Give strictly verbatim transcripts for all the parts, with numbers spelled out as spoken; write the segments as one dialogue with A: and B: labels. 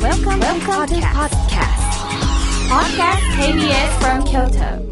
A: Welcome, Welcome to podcast. Podcast ケービーエス from Kyoto.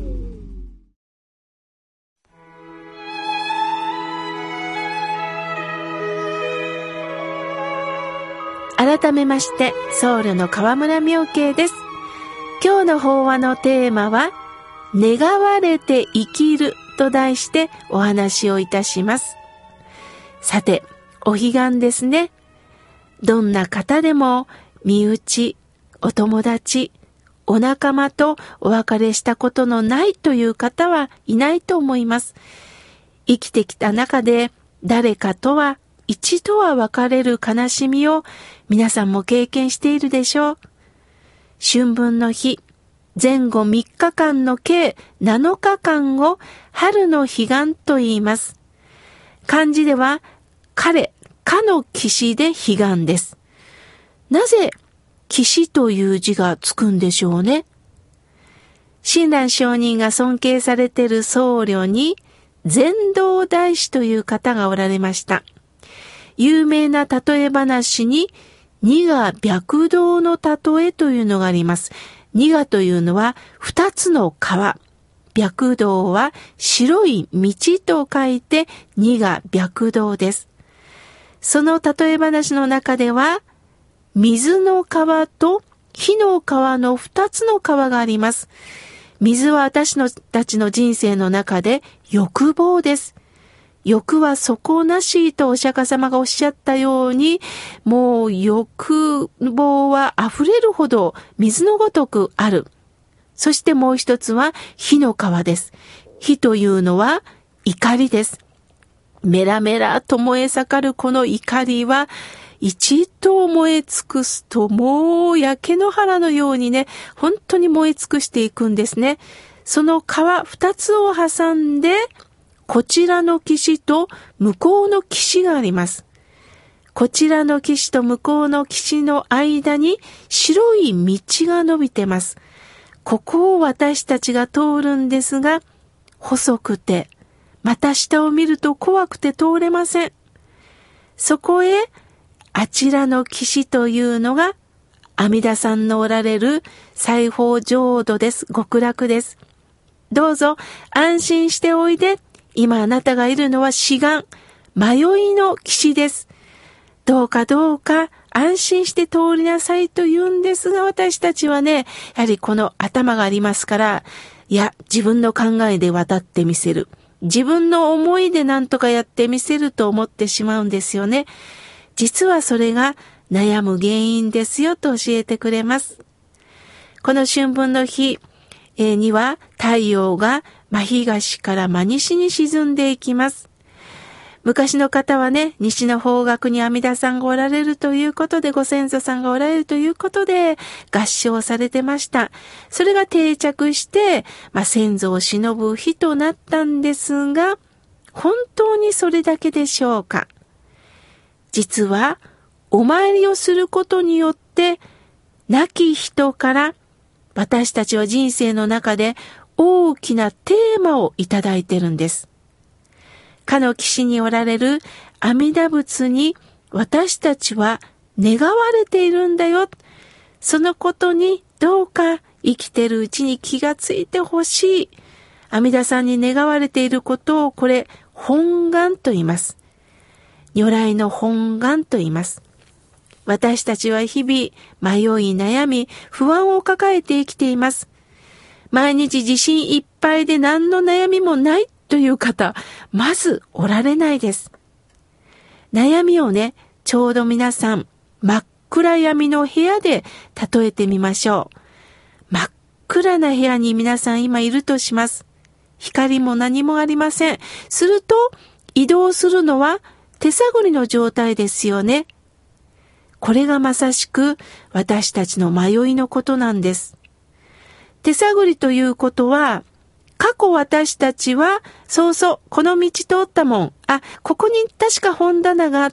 B: 改めまして、僧侶の河村妙慶です。今日の法話のテーマは、願われて生きると題してお話をいたします。さて、お彼岸ですね。どんな方でも、身内、お友達、お仲間とお別れしたことのないという方はいないと思います。生きてきた中で誰かとは一度は別れる悲しみを皆さんも経験しているでしょう。春分の日、前後みっかかんの計なのかかんを春の彼岸と言います。漢字では彼、かの岸で彼岸です。なぜ岸という字がつくんでしょうね。親鸞上人が尊敬されている僧侶に禅道大師という方がおられました。有名な例え話に二河白道の例えというのがあります。二河というのは二つの川。白道は白い道と書いて二河白道です。その例え話の中では、水の川と火の川の二つの川があります。水は私たちの人生の中で欲望です。欲は底なしとお釈迦様がおっしゃったように、もう欲望は溢れるほど水のごとくある。そしてもう一つは火の川です。火というのは怒りです。メラメラと燃え盛るこの怒りは、一度燃え尽くすともう焼け野原のようにね、本当に燃え尽くしていくんですね。その川二つを挟んで、こちらの岸と向こうの岸があります。こちらの岸と向こうの岸の間に白い道が伸びてます。ここを私たちが通るんですが、細くて、また下を見ると怖くて通れません。そこへ、あちらの岸というのが、阿弥陀さんのおられる西方浄土です。極楽です。どうぞ安心しておいで。今あなたがいるのは志願、迷いの岸です。どうかどうか安心して通りなさいと言うんですが、私たちはね、やはりこの頭がありますから、いや、自分の考えで渡ってみせる。自分の思いで何とかやってみせると思ってしまうんですよね。実はそれが悩む原因ですよと教えてくれます。この春分の日には太陽が真東から真西に沈んでいきます。昔の方はね、西の方角に阿弥陀さんがおられるということで、ご先祖さんがおられるということで合唱されてました。それが定着して、まあ、先祖を偲ぶ日となったんですが、本当にそれだけでしょうか。実は、お参りをすることによって、亡き人から私たちは人生の中で大きなテーマをいただいてるんです。かの岸におられる阿弥陀仏に私たちは願われているんだよ。そのことにどうか生きてるうちに気がついてほしい。阿弥陀さんに願われていることをこれ本願と言います。如来の本願と言います。私たちは日々迷い悩み不安を抱えて生きています。毎日自信いっぱいで何の悩みもないという方、まずおられないです。悩みをね、ちょうど皆さん真っ暗闇の部屋で例えてみましょう。真っ暗な部屋に皆さん今いるとします。光も何もありません。すると移動するのは手探りの状態ですよね。これがまさしく私たちの迷いのことなんです。手探りということは、過去私たちは、そうそう、この道通ったもん。あ、ここに確か本棚があって、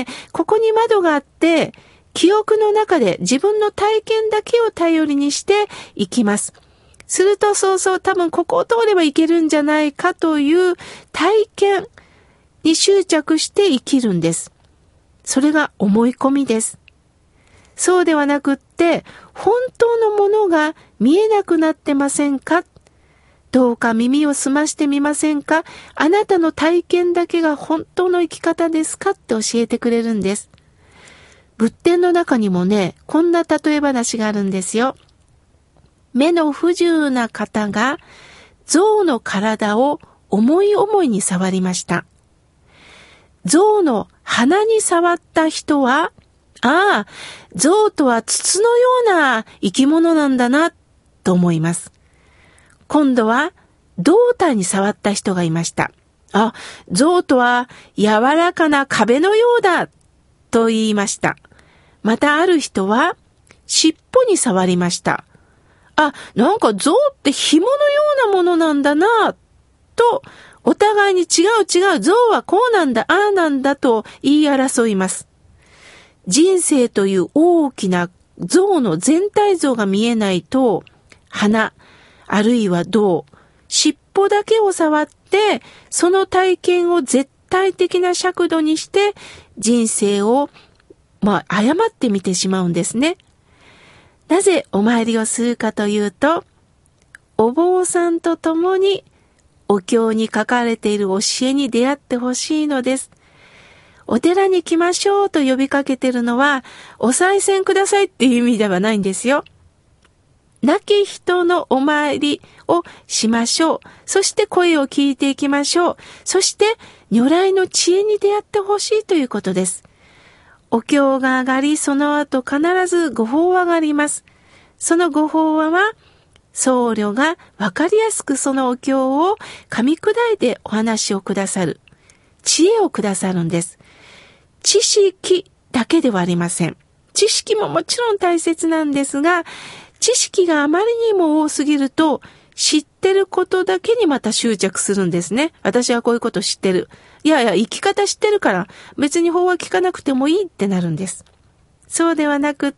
B: ここに窓があって、記憶の中で自分の体験だけを頼りにしていきます。するとそうそう、多分ここを通ればいけるんじゃないかという体験に執着して生きるんです。それが思い込みです。 そうではなくって、本当のものが見えなくなってませんか？どうか耳を澄ましてみませんか？あなたの体験だけが本当の生き方ですか？って教えてくれるんです。仏典の中にもね、こんな例え話があるんですよ。目の不自由な方が象の体を思い思いに触りました。象の鼻に触った人は、ああ、象とは筒のような生き物なんだな、と思います。今度は胴体に触った人がいました。あ、象とは柔らかな壁のようだ、と言いました。またある人は尻尾に触りました。あ、なんか象って紐のようなものなんだな、とお互いに違う違う、象はこうなんだ、ああなんだと言い争います。人生という大きな象の全体像が見えないと、鼻、あるいは胴、尻尾だけを触って、その体験を絶対的な尺度にして、人生を、まあ、誤ってみてしまうんですね。なぜお参りをするかというと、お坊さんと共にお経に書かれている教えに出会ってほしいのです。お寺に来ましょうと呼びかけてるのは、お賽銭くださいっていう意味ではないんですよ。亡き人のお参りをしましょう。そして声を聞いていきましょう。そして如来の知恵に出会ってほしいということです。お経が上がり、その後必ず御法話があります。その御法話は、僧侶がわかりやすくそのお経を噛み砕いてお話をくださる。知恵をくださるんです。知識だけではありません。知識ももちろん大切なんですが、知識があまりにも多すぎると、知ってることだけにまた執着するんですね。私はこういうこと知ってる。いやいや、生き方知ってるから、別に法は聞かなくてもいいってなるんです。そうではなくって、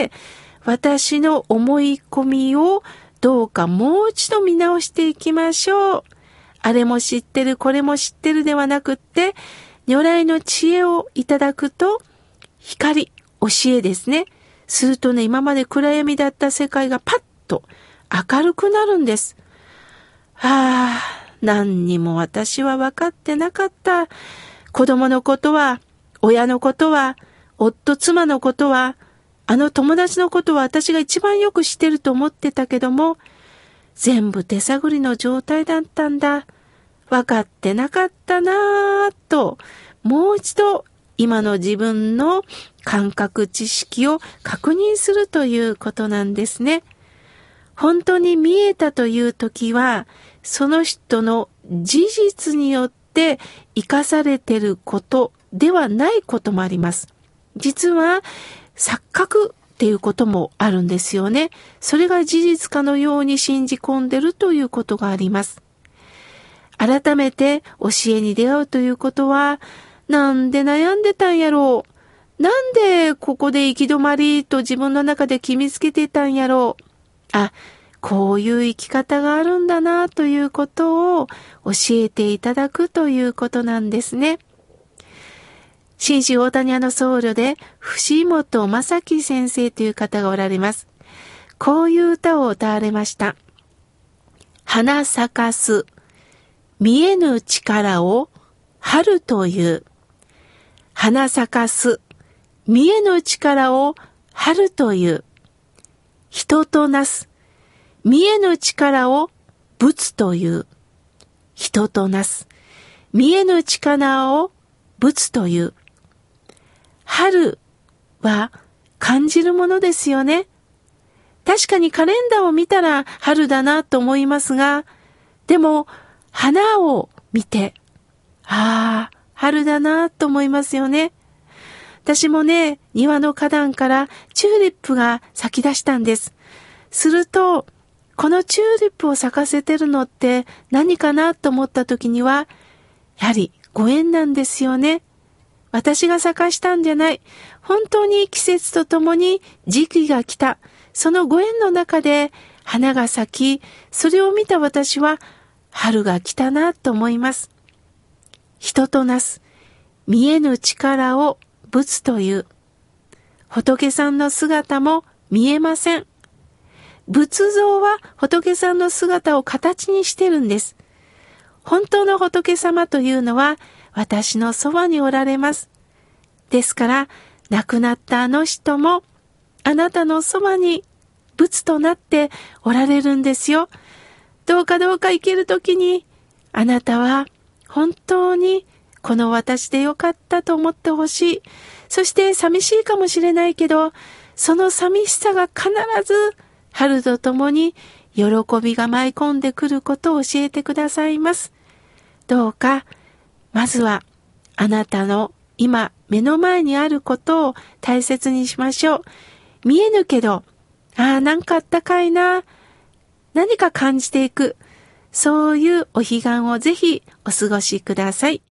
B: 私の思い込みをどうかもう一度見直していきましょう。あれも知ってる、これも知ってるではなくって、如来の知恵をいただくと、光、教えですね。するとね、今まで暗闇だった世界がパッと明るくなるんです。はあ、何にも私は分かってなかった。子供のことは、親のことは、夫、妻のことは、あの友達のことは私が一番よく知ってると思ってたけども、全部手探りの状態だったんだ。分かってなかったなぁと、もう一度今の自分の感覚知識を確認するということなんですね。本当に見えたという時は、その人の事実によって生かされていることではないこともあります。実は錯覚っていうこともあるんですよね。それが事実かのように信じ込んでるということがあります。改めて教えに出会うということは、なんで悩んでたんやろう。なんでここで行き止まりと自分の中で決めつけてたんやろう。あ、こういう生き方があるんだなということを教えていただくということなんですね。新州大谷屋の僧侶で藤本正樹先生という方がおられます。こういう歌を歌われました。花咲かす見えぬ力を春という。花咲かす見えぬ力を春という。人となす見えぬ力を仏という。人となす見えぬ力を仏という。春は感じるものですよね。確かにカレンダーを見たら春だなと思いますが、でも花を見て、ああ、春だなと思いますよね。私もね、庭の花壇からチューリップが咲き出したんです。すると、このチューリップを咲かせてるのって何かなと思った時には、やはりご縁なんですよね。私が咲かしたんじゃない。本当に季節とともに時期が来た。そのご縁の中で花が咲き、それを見た私は春が来たなと思います。人となす見えぬ力を仏という。 仏さんの姿も見えません。仏像は仏さんの姿を形にしてるんです。本当の仏様というのは私のそばにおられます。ですから亡くなったあの人もあなたのそばに仏となっておられるんですよ。どうかどうか生きるときにあなたは本当にこの私でよかったと思ってほしい。そして寂しいかもしれないけど、その寂しさが必ず春とともに喜びが舞い込んでくることを教えてくださいます。どうかまずはあなたの今目の前にあることを大切にしましょう。見えぬけど、ああなんかあったかいな、何か感じていく、そういうお彼岸をぜひお過ごしください。